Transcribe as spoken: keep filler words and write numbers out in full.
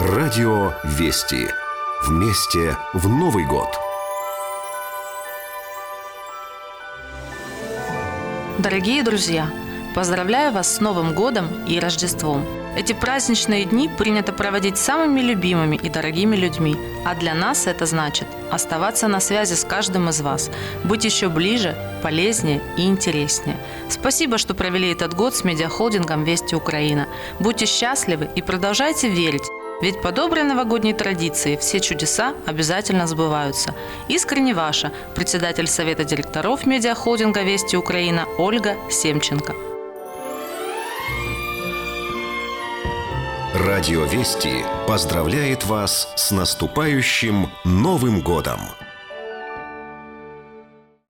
Радио Вести. Вместе в Новый год. Дорогие друзья, поздравляю вас с Новым годом и Рождеством. Эти праздничные дни принято проводить с самыми любимыми и дорогими людьми, а для нас это значит оставаться на связи с каждым из вас, быть еще ближе, полезнее и интереснее. Спасибо, что провели этот год с медиахолдингом «Вести Украина». Будьте счастливы и продолжайте верить, ведь по доброй новогодней традиции все чудеса обязательно сбываются. Искренне ваша, председатель Совета директоров медиахолдинга «Вести Украина» Ольга Семченко. Радио Вести поздравляет вас с наступающим Новым годом!